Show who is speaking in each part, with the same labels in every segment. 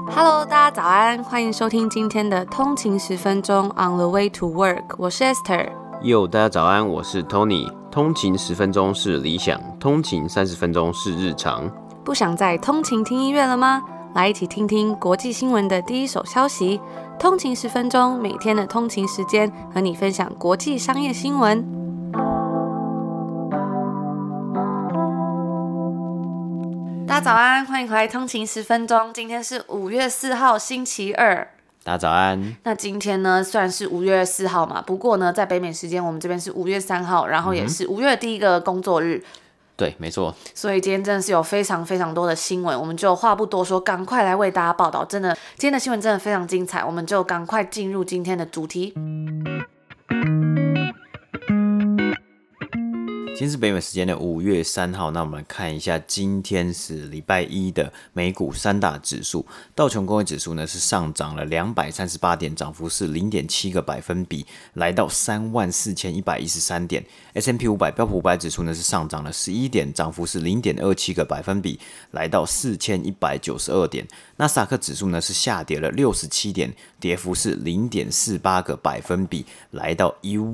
Speaker 1: Hello， 大家早安，欢迎收听今天的通勤10分钟 On the way to work， 我是 Esther。
Speaker 2: 大家早安，我是 Tony。通勤10分钟是理想，通勤30分钟是日常。
Speaker 1: 不想再通勤听音乐了吗？来一起听听国际新闻的第一手消息。通勤10分钟，每天的通勤时间和你分享国际商业新闻。大家早安，欢迎回来通勤10分钟。今天是5月4号，星期二。
Speaker 2: 大家早安。
Speaker 1: 那今天呢，虽然是5月4号嘛，不过呢，在北美时间我们这边是5月3号，然后也是5月第一个工作日。
Speaker 2: 对，没错。
Speaker 1: 所以今天真的是有非常非常多的新闻，我们就话不多说，赶快来为大家报道。真的，今天的新闻真的非常精彩，我们就赶快进入今天的主题。
Speaker 2: 今天是北美时间的5月3号，那我们来看一下，今天是礼拜一的美股三大指数。道琼工业指数呢是上涨了238点，涨幅是 0.7 个百分比，来到34,113点。S&P 500标普500指数呢是上涨了11点，涨幅是 0.27 个百分比，来到4192点。纳斯达克指数呢是下跌了67点，跌幅是 0.48 个百分比，来到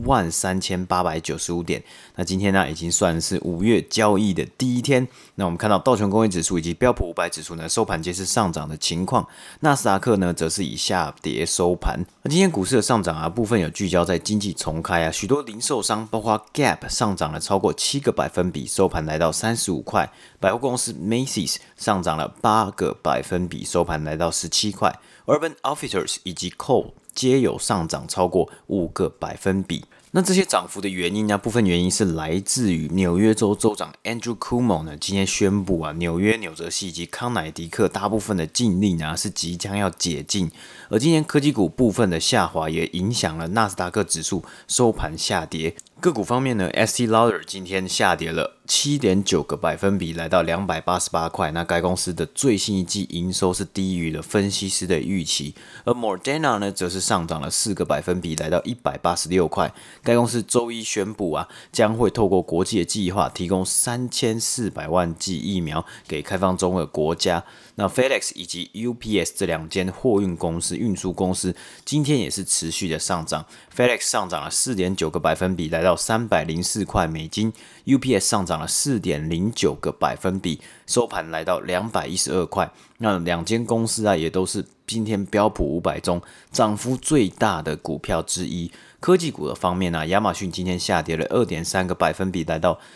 Speaker 2: 13895点。那今天呢已经算是5月交易的第一天。那我们看到道琼工业指数以及标普500指数呢收盘皆是上涨的情况，纳斯达克呢则是以下跌收盘。那今天股市的上涨部分有聚焦在经济重开许多零售商包括 Gap 上涨了超过7个百分比，收盘来到35块。百货公司 Macy's 上涨了8个百分比，收盘来到17块。Urban Outfitters 以及 Kohl's 皆有上涨超过5个百分比。那这些涨幅的原因部分原因是来自于纽约州州长 Andrew Cuomo 呢，今天宣布纽约、纽泽西以及康乃狄克大部分的禁令是即将要解禁，而今天科技股部分的下滑也影响了纳斯达克指数收盘下跌。个股方面呢 ，Estée Lauder 今天下跌了7.9 个百分比，来到288块。那该公司的最新一季营收是低于了分析师的预期，而 Moderna 呢，则是上涨了4个百分比，来到186块。该公司周一宣布将会透过国际的计划提供3400万剂疫苗给开放中的国家。那 FedEx 以及 UPS 这两间货运公司、运输公司今天也是持续的上涨。FedEx 上涨了 4.9 个百分比，来到304块美金。UPS 上涨了 4.09 个百分比，收盘来到212块。那两间公司也都是今天标普500中涨幅最大的股票之一。科技股的方面亚马逊今天下跌了 2.3 个百分比，来到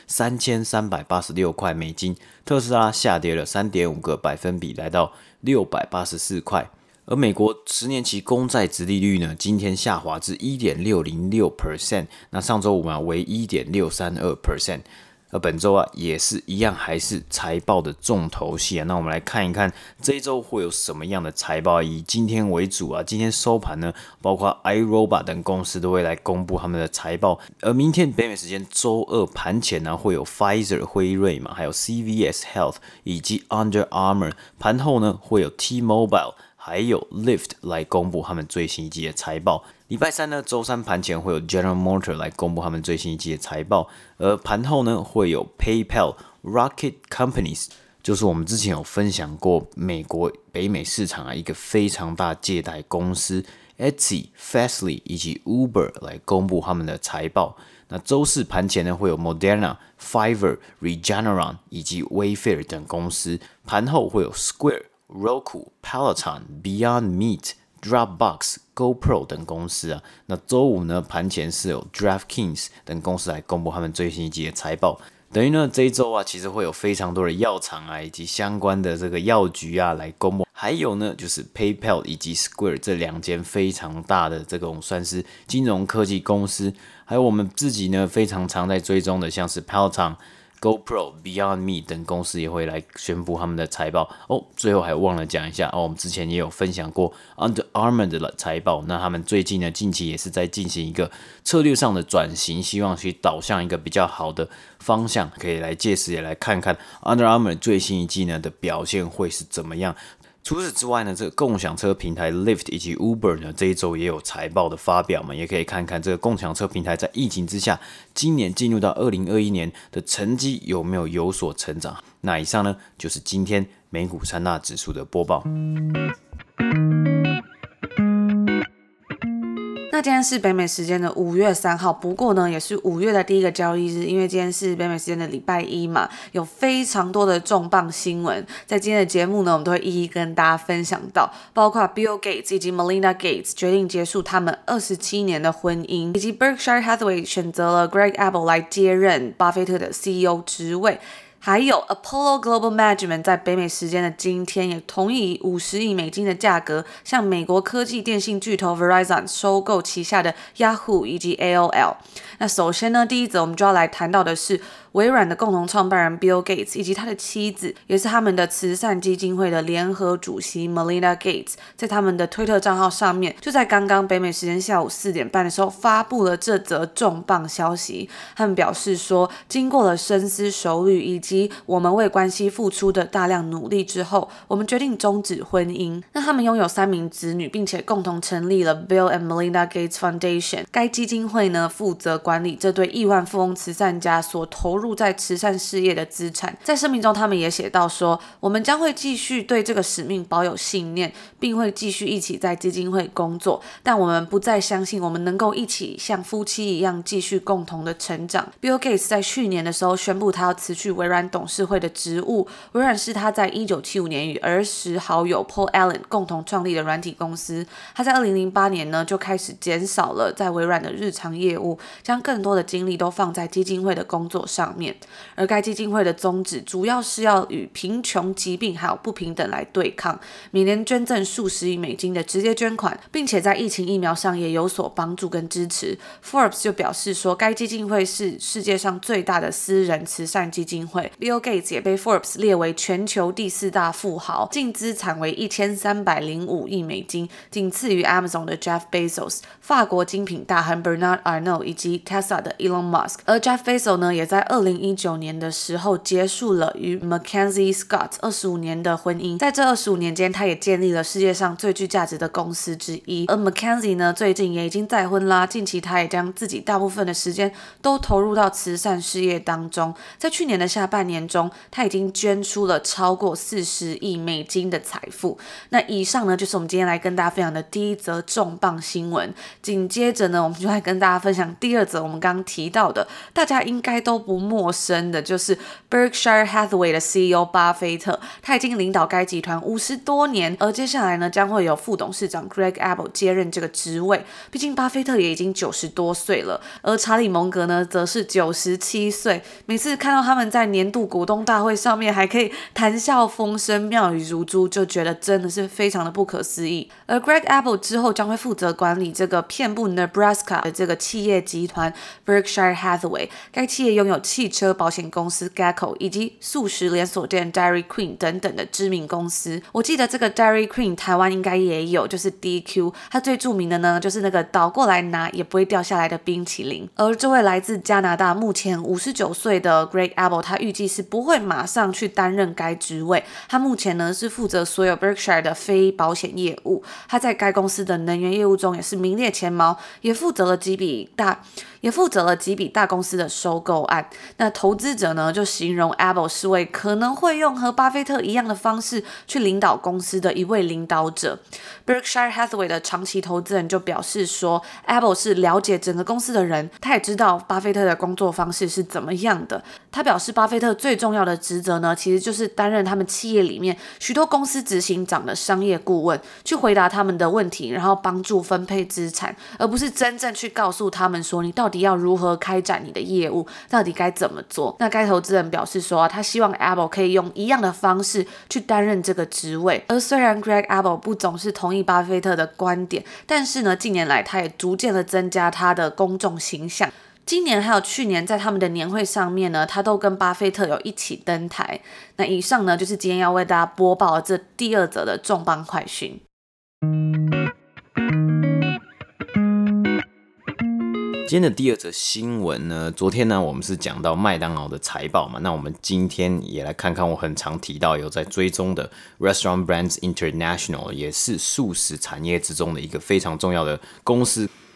Speaker 2: 3386块美金。特斯拉下跌了 3.5 个百分比，来到684块。而美国10年期公债殖利率呢，今天下滑至 1.606%， 那上周五为 1.632%。而本周也是一样，还是财报的重头戏那我们来看一看这一周会有什么样的财报。以今天为主今天收盘呢，包括 iRobot 等公司都会来公布他们的财报。而明天北美时间周二盘前呢，会有 Pfizer 辉瑞还有 CVS Health 以及 Under Armour， 盘后呢会有 T-Mobile还有 Lyft 来公布他们最新一季的财报。礼拜三呢，周三盘前会有 General Motors 来公布他们最新一季的财报，而盘后呢会有 PayPal、Rocket Companies， 就是我们之前有分享过美国北美市场一个非常大借贷公司 Etsy、Fastly 以及 Uber 来公布他们的财报。那周四盘前呢会有 Moderna、Fiverr、Regeneron 以及 Wayfair 等公司，盘后会有 Square、Roku、Peloton、Beyond Meat、Dropbox、GoPro 等公司那周五呢盘前是有 DraftKings 等公司来公布他们最新一季的财报。等于呢这一周其实会有非常多的药厂以及相关的这个药局来公布。还有呢就是 PayPal 以及 Square 这两间非常大的这种算是金融科技公司，还有我们自己呢非常常在追踪的像是 Peloton、GoPro、Beyond Meat 等公司也会来宣布他们的财报最后还忘了讲一下我们之前也有分享过 Under Armour 的财报，那他们最近呢近期也是在进行一个策略上的转型，希望去导向一个比较好的方向，可以来届时也来看看 Under Armour 最新一季呢的表现会是怎么样。除此之外呢，这个共享车平台 Lyft 以及 Uber 呢，这一周也有财报的发表嘛，也可以看看这个共享车平台在疫情之下，今年进入到2021年的成绩有所成长。那以上呢，就是今天美股三大指数的播报。
Speaker 1: 那今天是北美时间的5月3号，不过呢也是5月的第一个交易日，因为今天是北美时间的礼拜一嘛，有非常多的重磅新闻，在今天的节目呢我们都会一一跟大家分享到，包括 Bill Gates 以及 Melinda Gates 决定结束他们27年的婚姻，以及 Berkshire Hathaway 选择了 Greg Abel 来接任巴菲特的 CEO 职位，还有 Apollo Global Management 在北美时间的今天也同意以50亿美金的价格向美国科技电信巨头 Verizon 收购旗下的 Yahoo 以及 AOL。 那首先呢，第一则我们就要来谈到的是微软的共同创办人 Bill Gates 以及他的妻子，也是他们的慈善基金会的联合主席 Melinda Gates， 在他们的推特账号上面，就在刚刚北美时间下午4点半的时候发布了这则重磅消息。他们表示说，经过了深思熟虑以及我们为关系付出的大量努力之后，我们决定终止婚姻。那他们拥有3名子女，并且共同成立了 Bill and Melinda Gates Foundation。该基金会呢负责管理这对亿万富翁慈善家所投入在慈善事业的资产。在声明中，他们也写到说，我们将会继续对这个使命保有信念，并会继续一起在基金会工作，但我们不再相信我们能够一起像夫妻一样继续共同的成长。 Bill Gates 在去年的时候宣布他要辞去微软董事会的职务。微软是他在1975年与儿时好友 Paul Allen 共同创立的软体公司。他在2008年呢就开始减少了在微软的日常业务，将更多的精力都放在基金会的工作上面。而该基金会的宗旨主要是要与贫穷、疾病还有不平等来对抗，每年捐赠数十亿美金的直接捐款，并且在疫情疫苗上也有所帮助跟支持。 Forbes 就表示说，该基金会是世界上最大的私人慈善基金会。 Bill Gates 也被 Forbes 列为全球第4大富豪，净资产为1305亿美金，仅次于 Amazon 的 Jeff Bezos、 法国精品大亨 Bernard Arnault 以及 Tesla 的 Elon Musk。 而 Jeff Bezos 呢也在2019年的时候结束了与 Mackenzie Scott 25年的婚姻。在这25年间，他也建立了世界上最具价值的公司之一。而 Mackenzie 呢最近也已经再婚啦，近期他也将自己大部分的时间都投入到慈善事业当中。在去年的下半年中，他已经捐出了超过40亿美金的财富。那以上呢就是我们今天来跟大家分享的第一则重磅新闻。紧接着呢，我们就来跟大家分享第二则我们刚刚提到的，大家应该都不陌生的，就是 Berkshire Hathaway 的 CEO 巴菲特。他已经领导该集团50多年，而接下来呢将会有副董事长 Greg Abel 接任这个职位。毕竟巴菲特也已经90多岁了，而查理蒙格呢则是97岁。每次看到他们在年度股东大会上面还可以谈笑风生、妙语如珠，就觉得真的是非常的不可思议。而 Greg Abel 之后将会负责管理这个遍布 Nebraska 的这个企业集团 Berkshire Hathaway。 该企业拥有汽车保险公司 Geico 以及素食连锁店 Dairy Queen 等等的知名公司。我记得这个 Dairy Queen 台湾应该也有，就是 DQ。 它最著名的呢就是那个倒过来拿也不会掉下来的冰淇淋。而这位来自加拿大目前59岁的 Greg Abel， 他预计是不会马上去担任该职位。他目前呢是负责所有 Berkshire 的非保险业务。他在该公司的能源业务中也是名列前茅，也负责了几笔大公司的收购案。那投资者呢就形容 Abel 是位可能会用和巴菲特一样的方式去领导公司的一位领导者。 Berkshire Hathaway 的长期投资人就表示说， Abel 是了解整个公司的人，他也知道巴菲特的工作方式是怎么样的。他表示巴菲特最重要的职责呢，其实就是担任他们企业里面许多公司执行长的商业顾问，去回答他们的问题，然后帮助分配资产，而不是真正去告诉他们说你到底要如何开展你的业务，到底该怎么做。那该投资人表示说，他希望 Abel 可以用一样的方式去担任这个职位。而虽然 Greg Abel 不总是同意巴菲特的观点，但是呢近年来他也逐渐的增加他的公众形象。今年还有去年在他们的年会上面呢，他都跟巴菲特有一起登台。那以上呢就是今天要为大家播报的这第二则的重磅快讯。
Speaker 2: 今天的第二则新闻呢，昨天呢我们是讲到麦当劳的财报嘛，那我们今天也来看看我很常提到有在追踪的 Restaurant Brands International， 也是素食产业之中的一个非常重要的公司。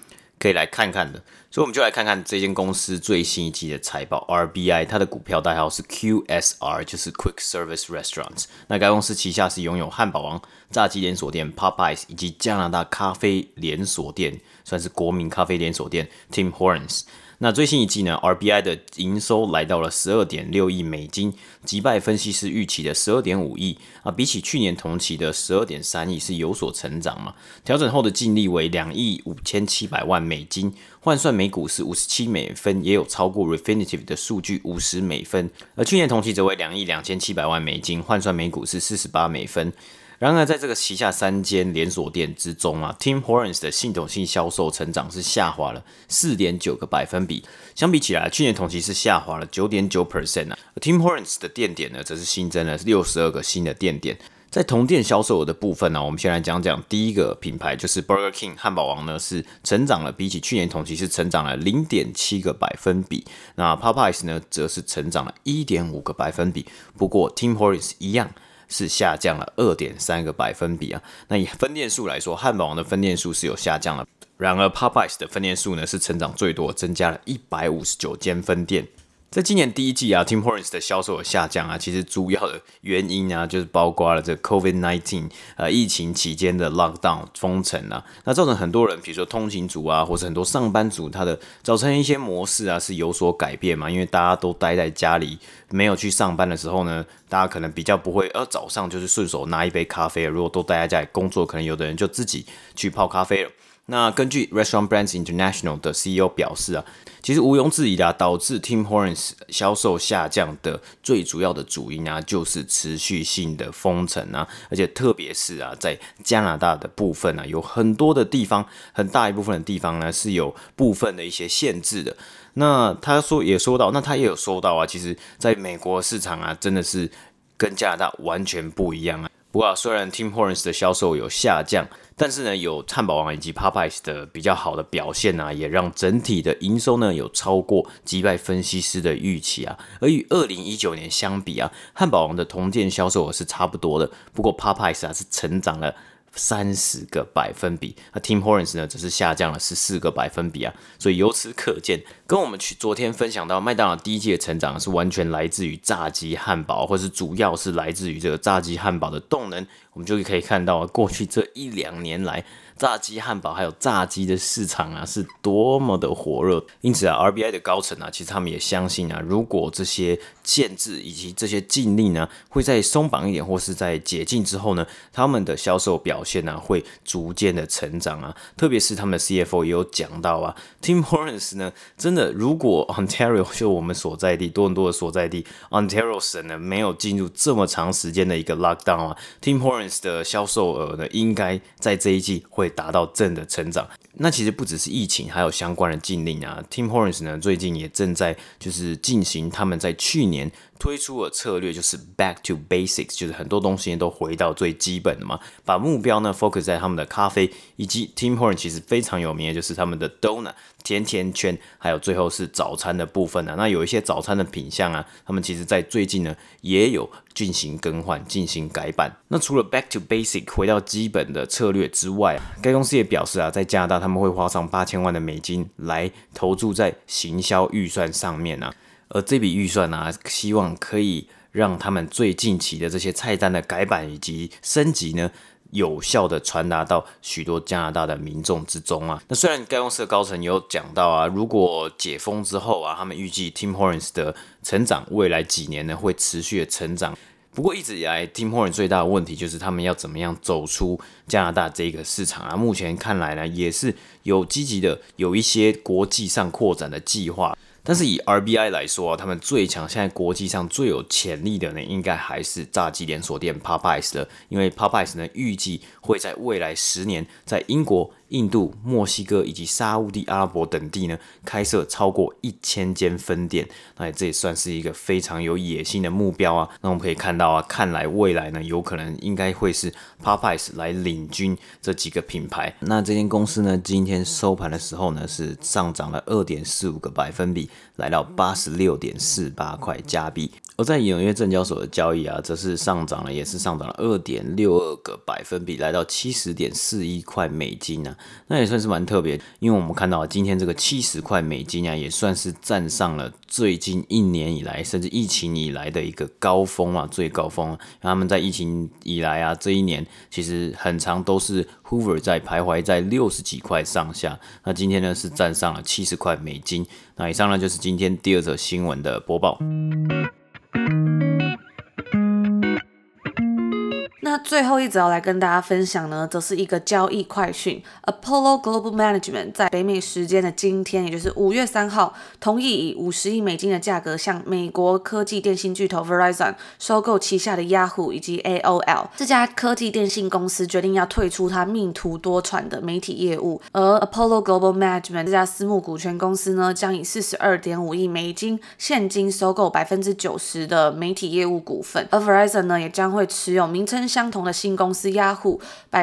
Speaker 2: 可以来看看的。所以我们就来看看这间公司最新一季的财报 RBI， 它的股票代号是 QSR， 就是 Quick Service Restaurants。那该公司旗下是拥有汉堡王、炸鸡连锁店 Popeyes 以及加拿大咖啡连锁店，算是国民咖啡连锁店 Tim Hortons。那最新一季呢 ，RBI 的营收来到了$12.6亿，击败分析师预期的$12.5亿啊，比起去年同期的$12.3亿是有所成长嘛。调整后的净利为$2.57亿，换算每股是$57，也有超过 Refinitiv 的数据$50，而去年同期则为$2.27亿，换算每股是$48。然而，在这个旗下3间连锁店之中啊 ，Tim Hortons 的系统性销售成长是下滑了4.9个百分比，相比起来，去年同期是下滑了9.9% 啊。而 Tim Hortons 的店点呢，则是新增了62个新的店点。在同店销售额的部分呢，我们先来讲讲第一个品牌，就是 Burger King 汉堡王呢，是成长了，比起去年同期是成长了0.7个百分比。那 Popeyes 呢，则是成长了1.5个百分比。不过 Tim Hortons 一样是下降了2.3个百分比啊。那以分店数来说，汉堡王的分店数是有下降了，然而 Popeyes 的分店数呢是成长最多，增加了159间分店。在今年第一季啊 ，Tim Hortons 的销售有下降啊，其实主要的原因啊，就是包括了这 COVID-19 疫情期间的 lockdown 封城啊，那造成很多人，比如说通勤族啊，或是很多上班族，他的早晨一些模式啊是有所改变嘛，因为大家都待在家里，没有去上班的时候呢，大家可能比较不会，早上就是顺手拿一杯咖啡了，如果都待在家里工作，可能有的人就自己去泡咖啡了。那根据 Restaurant Brands International 的 CEO 表示啊，其实毋庸置疑的导致 Tim Hortons 销售下降的最主要的主因啊，就是持续性的封城啊，而且特别是啊，在加拿大的部分啊，有很多的地方，很大一部分的地方呢是有部分的一些限制的。那他也说到，那他也有说到啊，其实在美国市场啊，真的是跟加拿大完全不一样啊。不过虽然 Tim Hortons 的销售有下降，但是呢，有汉堡王以及 Popeyes 的比较好的表现啊，也让整体的营收呢有超过击败分析师的预期啊。而与2019年相比啊，汉堡王的同店销售额是差不多的，不过 Popeyes 啊是成长了30个百分比，那 Tim Hortons 呢则是下降了14个百分比啊，所以由此可见，跟我们昨天分享到麦当劳第一季的成长是完全来自于炸鸡汉堡，或是主要是来自于这个炸鸡汉堡的动能，我们就可以看到过去这1-2年来，炸鸡汉堡还有炸鸡的市场啊是多么的火热。因此啊 RBI 的高层啊，其实他们也相信啊，如果这些限制以及这些禁令呢会再松绑一点，或是在解禁之后呢，他们的销售表现呢会逐渐的成长啊。特别是他们的 CFO 也有讲到啊 Tim Hortons 呢真的如果 Ontario 就我们所在地多伦多的所在地 Ontario 省呢没有进入这么长时间的一个 lockdown 啊， Tim Hortons 的销售额呢应该在这一季会达到正的成长。那其实不只是疫情，还有相关的禁令啊。Tim Hortons 呢最近也正在就是进行他们在去年推出的策略，就是 Back to Basics， 就是很多东西都回到最基本的嘛，把目标呢 focus 在他们的咖啡，以及 Tim Hortons 其实非常有名的就是他们的 Donut 甜甜圈，还有最后是早餐的部分啊。那有一些早餐的品项啊，他们其实在最近呢也有进行更换、进行改版。那除了 Back to Basic 回到基本的策略之外啊，该公司也表示啊，在加拿大他们会花上8000万的美金来投注在行销预算上面啊。而这笔预算啊，希望可以让他们最近期的这些菜单的改版以及升级呢，有效的传达到许多加拿大的民众之中啊。那虽然该公司的高层有讲到啊，如果解封之后啊，他们预计 Tim Hortons 的成长未来几年呢会持续的成长。不过一直以来 Tim Hortons 最大的问题就是他们要怎么样走出加拿大这个市场啊。目前看来呢，也是有积极的有一些国际上扩展的计划。但是以 RBI 来说啊，他们最强现在国际上最有潜力的呢，应该还是炸鸡连锁店 Popeyes 的，因为 Popeyes 呢预计会在未来10年在英国、印度、墨西哥以及沙烏地阿拉伯等地呢开设超过1000间分店，那这也算是一个非常有野心的目标啊。那我们可以看到啊，看来未来呢有可能应该会是 Popeyes 来领军这几个品牌。那这间公司呢今天收盘的时候呢是上涨了2.45个百分比，来到86.48块加币。而在纽约证交所的交易啊，则是上涨了，也是上涨了2.62个百分比，来到70.41块美金啊。 那也算是蛮特别，因为我们看到今天这个70块美金啊，也算是站上了最近1年以来，甚至疫情以来的一个高峰啊，最高峰。他们在疫情以来啊，这一年其实很长都是 Hoover 在徘徊在60几块上下，那今天呢是站上了70块美金。那以上呢就是今天第2则新闻的播报。
Speaker 1: 那最后一则要来跟大家分享呢，则是一个交易快讯。Apollo Global Management 在北美时间的今天，也就是5月3号，同意以50亿美金的价格向美国科技电信巨头 Verizon 收购旗下的 Yahoo 以及 AOL。这家科技电信公司决定要退出它命途多舛的媒体业务，而 Apollo Global Management 这家私募股权公司呢，将以42.5亿美金现金收购90%的媒体业务股份，而 Verizon 呢也将会持有名称相同的新公司 Yahoo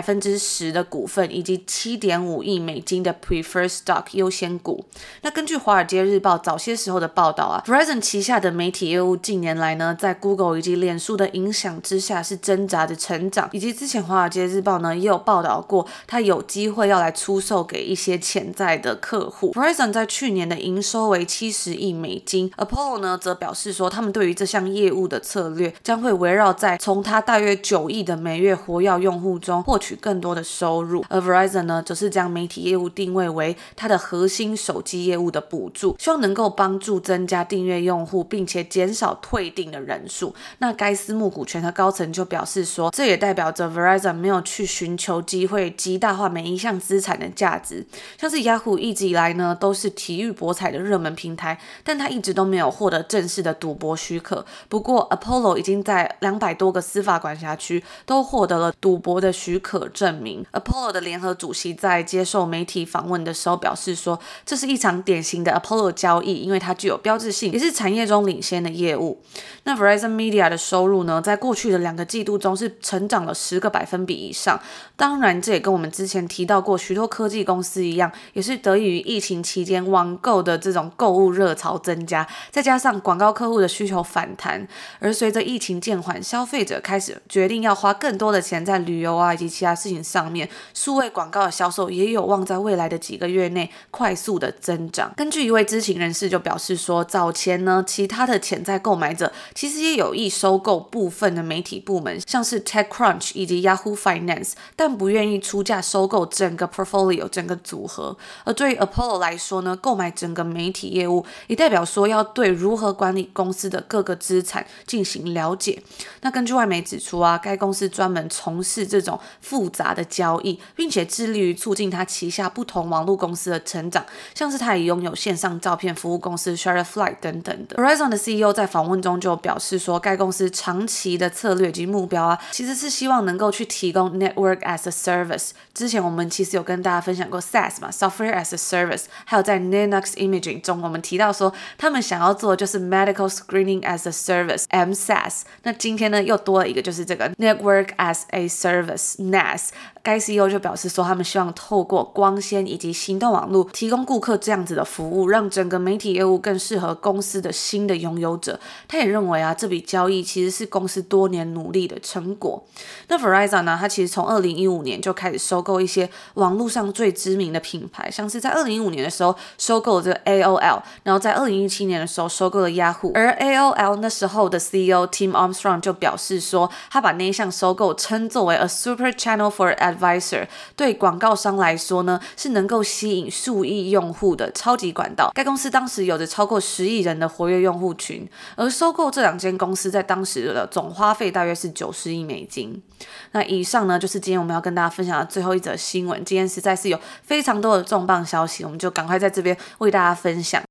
Speaker 1: 10%的股份，以及7.5亿美金的 Preferred Stock 优先股。那根据《华尔街日报》早些时候的报道啊 ，Verizon 旗下的媒体业务近年来呢，在 Google 以及脸书的影响之下是挣扎着成长，以及之前《华尔街日报》呢也有报道过，它有机会要来出售给一些潜在的客户。Verizon 在去年的营收为70亿美金 ，Apollo 呢则表示说，他们对于这项业务的策略将会围绕在从它大约9亿的每月活跃用户中获取更多的收入，而 Verizon 呢，则是将媒体业务定位为它的核心手机业务的补助，希望能够帮助增加订阅用户，并且减少退订的人数。那该私募股权的高层就表示说，这也代表着 Verizon 没有去寻求机会极大化每一项资产的价值，像是 Yahoo 一直以来呢都是体育博彩的热门平台，但它一直都没有获得正式的赌博许可。不过 Apollo 已经在200多个司法管辖区都获得了赌博的许可证明。Apollo 的联合主席在接受媒体访问的时候表示说，这是一场典型的 Apollo 交易，因为它具有标志性，也是产业中领先的业务。那 Verizon Media 的收入呢，在过去的2个季度中是成长了10个百分比以上。当然，这也跟我们之前提到过许多科技公司一样，也是得益于疫情期间网购的这种购物热潮增加，再加上广告客户的需求反弹。而随着疫情渐缓，消费者开始决定要花更多的钱在旅游啊以及其他事情上面，数位广告的销售也有望在未来的几个月内快速的增长。根据一位知情人士就表示说，早前呢，其他的潜在购买者其实也有意收购部分的媒体部门，像是 TechCrunch 以及 Yahoo Finance， 但不愿意出价收购整个 portfolio 整个组合。而对于 Apollo 来说呢，购买整个媒体业务也代表说要对如何管理公司的各个资产进行了解。那根据外媒指出啊，该公司专门从事这种复杂的交易，并且致力于促进它旗下不同网络公司的成长，像是它也拥有线上照片服务公司 Shutterfly 等等的。Verizon 的 CEO 在访问中就表示说，该公司长期的策略及目标啊，其实是希望能够去提供 Network as a Service。之前我们其实有跟大家分享过 SaaS 嘛 ，Software as a Service， 还有在 Linux Imaging 中，我们提到说他们想要做的就是 Medical Screening as a Service，MSaaS。那今天呢又多了一个，就是这个 Network as a Service，NAS。该 CEO 就表示说，他们希望透过光纤以及行动网络提供顾客这样子的服务，让整个媒体业务更适合公司的新的拥有者。他也认为啊，这笔交易其实是公司多年努力的成果。那 Verizon 呢，它其实从2015年就开始收购一些网络上最知名的品牌，像是在2015年的时候收购了这个 AOL， 然后在2017年的时候收购了 Yahoo。而 AOL 那时候的 CEO Tim Armstrong 就表示说，他把那一项收购称作为 a super channel for advisor， 对广告商来说呢，是能够吸引数亿用户的超级管道。该公司当时有着超过10亿人的活跃用户群，而收购这2间公司在当时的总花费大约是90亿美金。那以上呢，就是今天我们要跟大家分享的最后一则新闻。今天实在是有非常多的重磅消息，我们就赶快在这边为大家分享。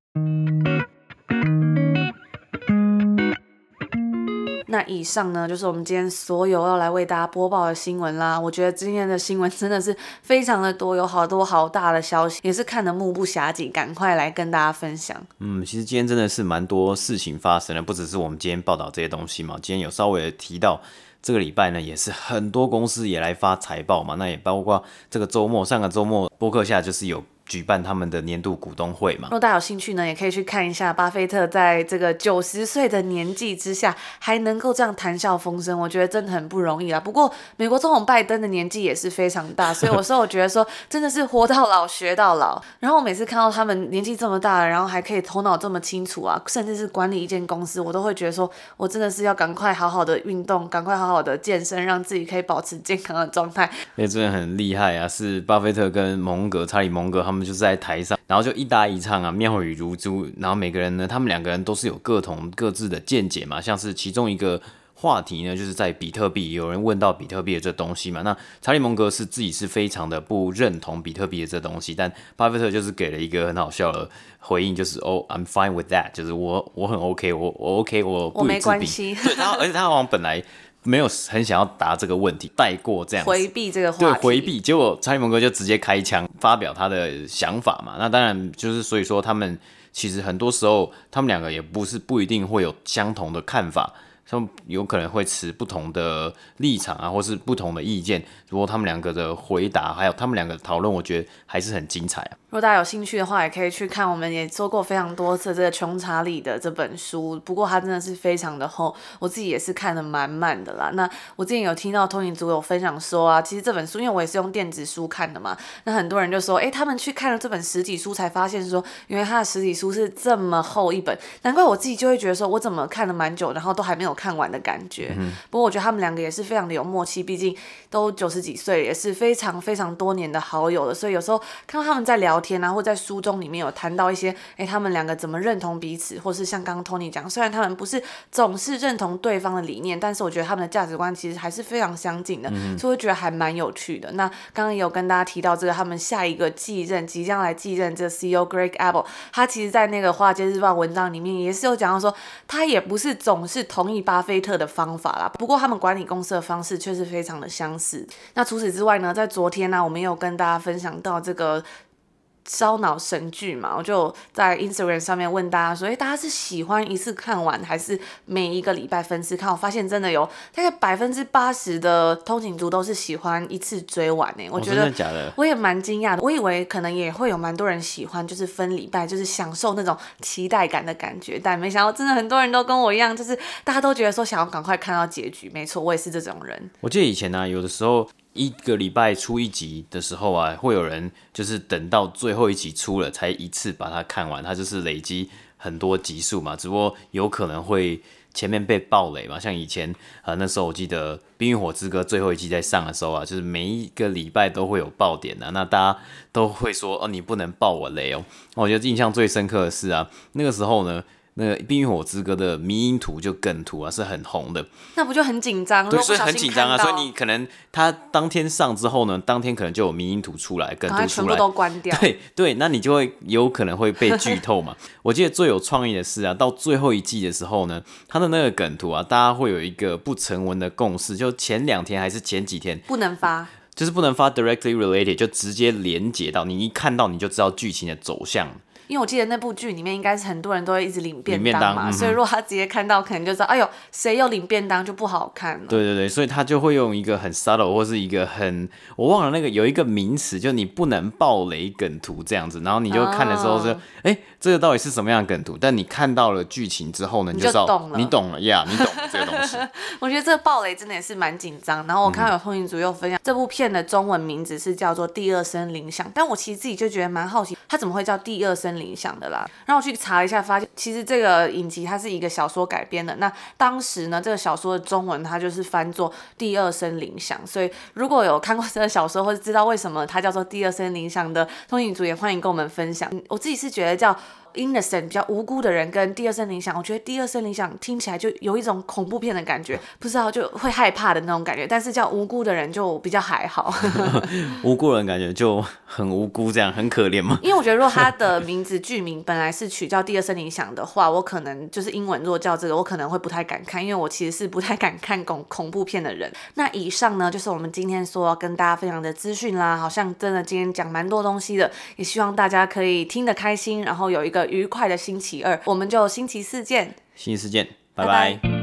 Speaker 1: 那以上呢，就是我们今天所有要来为大家播报的新闻啦。我觉得今天的新闻真的是非常的多，有好多好大的消息，也是看得目不暇接，赶快来跟大家分享。
Speaker 2: 其实今天真的是蛮多事情发生的，不只是我们今天报道这些东西嘛，今天有稍微提到这个礼拜呢，也是很多公司也来发财报嘛，那也包括这个周末，上个周末播客下就是有举办他们的年度股东会嘛。
Speaker 1: 如果大家有兴趣呢，也可以去看一下巴菲特在这个90岁的年纪之下还能够这样谈笑风生，我觉得真的很不容易啦。不过美国总统拜登的年纪也是非常大，所以有时候我觉得说真的是活到老学到老。然后我每次看到他们年纪这么大了，然后还可以头脑这么清楚啊，甚至是管理一间公司，我都会觉得说我真的是要赶快好好的运动，赶快好好的健身，让自己可以保持健康的状态。
Speaker 2: 真的很厉害啊！是巴菲特跟查理蒙格他们就是在台上，然后就一搭一唱啊，妙语如珠。然后每个人呢，他们两个人都是有各自的见解嘛，像是其中一个话题呢，就是在比特币，有人问到比特币的这东西嘛，那查理蒙格是自己是非常的不认同比特币的这东西，但巴菲特就是给了一个很好笑的回应，就是I'm fine with that， 就是我很 OK， 我 OK， 我不予置评。
Speaker 1: 我没关系。
Speaker 2: 对，而且他好像本来没有很想要答这个问题，带过这样子
Speaker 1: 回避这个话题，
Speaker 2: 对，回避。结果查理蒙格就直接开枪发表他的想法嘛。那当然就是所以说他们其实很多时候他们两个也不一定会有相同的看法。他们有可能会持不同的立场啊，或是不同的意见。如果他们两个的回答，还有他们两个的讨论，我觉得还是很精彩啊。
Speaker 1: 如果大家有兴趣的话，也可以去看，我们也说过非常多次这个穷查理的这本书，不过它真的是非常的厚，我自己也是看得满满的啦。那我之前有听到通勤族有分享说啊，其实这本书因为我也是用电子书看的嘛，那很多人就说，他们去看了这本实体书才发现说，原来它的实体书是这么厚一本，难怪我自己就会觉得说，我怎么看了蛮久，然后都还没有看完的感觉。不过我觉得他们两个也是非常的有默契，毕竟都90几岁，也是非常非常多年的好友了，所以有时候看到他们在聊天啊，或在书中里面有谈到一些，他们两个怎么认同彼此，或是像刚刚 Tony 讲，虽然他们不是总是认同对方的理念，但是我觉得他们的价值观其实还是非常相近的，所以我觉得还蛮有趣的。那刚刚也有跟大家提到这个，他们下一个即将来继任这个 CEO Greg Abel， 他其实在那个华尔街日报文章里面也是有讲到说，他也不是总是同意巴菲特的方法啦，不过他们管理公司的方式却是非常的相似。那除此之外呢，在昨天呢，我们也有跟大家分享到这个烧脑神剧嘛，我就在 Instagram 上面问大家说，大家是喜欢一次看完，还是每一个礼拜分次看？我发现真的有大概80%的通勤族都是喜欢一次追完我觉得
Speaker 2: 真的假的？
Speaker 1: 我也蛮惊讶的，我以为可能也会有蛮多人喜欢，就是分礼拜，就是享受那种期待感的感觉，但没想到真的很多人都跟我一样，就是大家都觉得说想要赶快看到结局。没错，我也是这种人。
Speaker 2: 我记得以前呢，有的时候一个礼拜出一集的时候啊，会有人就是等到最后一集出了才一次把它看完，它就是累积很多集数嘛，只不过有可能会前面被爆雷嘛，像以前那时候我记得《冰与火之歌》最后一季在上的时候啊，就是每一个礼拜都会有爆点啊，那大家都会说你不能爆我雷哦。我觉得印象最深刻的是啊，那个时候呢，那个《冰与火之歌》的迷因图就梗图啊是很红的，
Speaker 1: 那不就很紧张？
Speaker 2: 对，所以很紧张啊，所以你可能他当天上之后呢，当天可能就有迷因图出来，梗图出来，
Speaker 1: 全部都关掉。
Speaker 2: 对，那你就会有可能会被剧透嘛。我记得最有创意的是啊，到最后一季的时候呢，他的那个梗图啊，大家会有一个不成文的共识，就前2天还是前几天
Speaker 1: 不能发。
Speaker 2: 就是不能发 directly related， 就直接连接到你一看到你就知道剧情的走向。
Speaker 1: 因为我记得那部剧里面应该是很多人都会一直领便当嘛，所以如果他直接看到，可能就知道，哎呦，谁又领便当就不好看了。
Speaker 2: 对，所以他就会用一个很 subtle 或是一个我忘了那个有一个名词，就你不能爆雷梗图这样子，然后你就看的时候说，这个到底是什么样的梗图？但你看到了剧情之后呢，你就知道你懂了呀，你懂了这个东西。
Speaker 1: 我觉得这个爆雷真的也是蛮紧张。然后我看到有通勤族又分享，这部片的中文名字是叫做《第二声铃响》，但我其实自己就觉得蛮好奇，它怎么会叫第二声铃响的啦？然后我去查一下，发现其实这个影集它是一个小说改编的。那当时呢，这个小说的中文它就是翻作《第二声铃响》，所以如果有看过这个小说或者知道为什么它叫做《第二声铃响》的通勤族，也欢迎跟我们分享。我自己是觉得叫innocent 比较无辜的人跟第二声铃响，我觉得第二声铃响听起来就有一种恐怖片的感觉，不知道就会害怕的那种感觉，但是叫无辜的人就比较还好。
Speaker 2: 无辜人感觉就很无辜，这样很可怜嘛。
Speaker 1: 因为我觉得如果他的名字剧名本来是取叫第二声铃响的话，我可能就是英文如果叫这个，我可能会不太敢看，因为我其实是不太敢看恐怖片的人。那以上呢就是我们今天说要跟大家分享的资讯啦，好像真的今天讲蛮多东西的，也希望大家可以听得开心，然后有一个愉快的星期二，我们就星期四见。
Speaker 2: 星期四见，拜拜。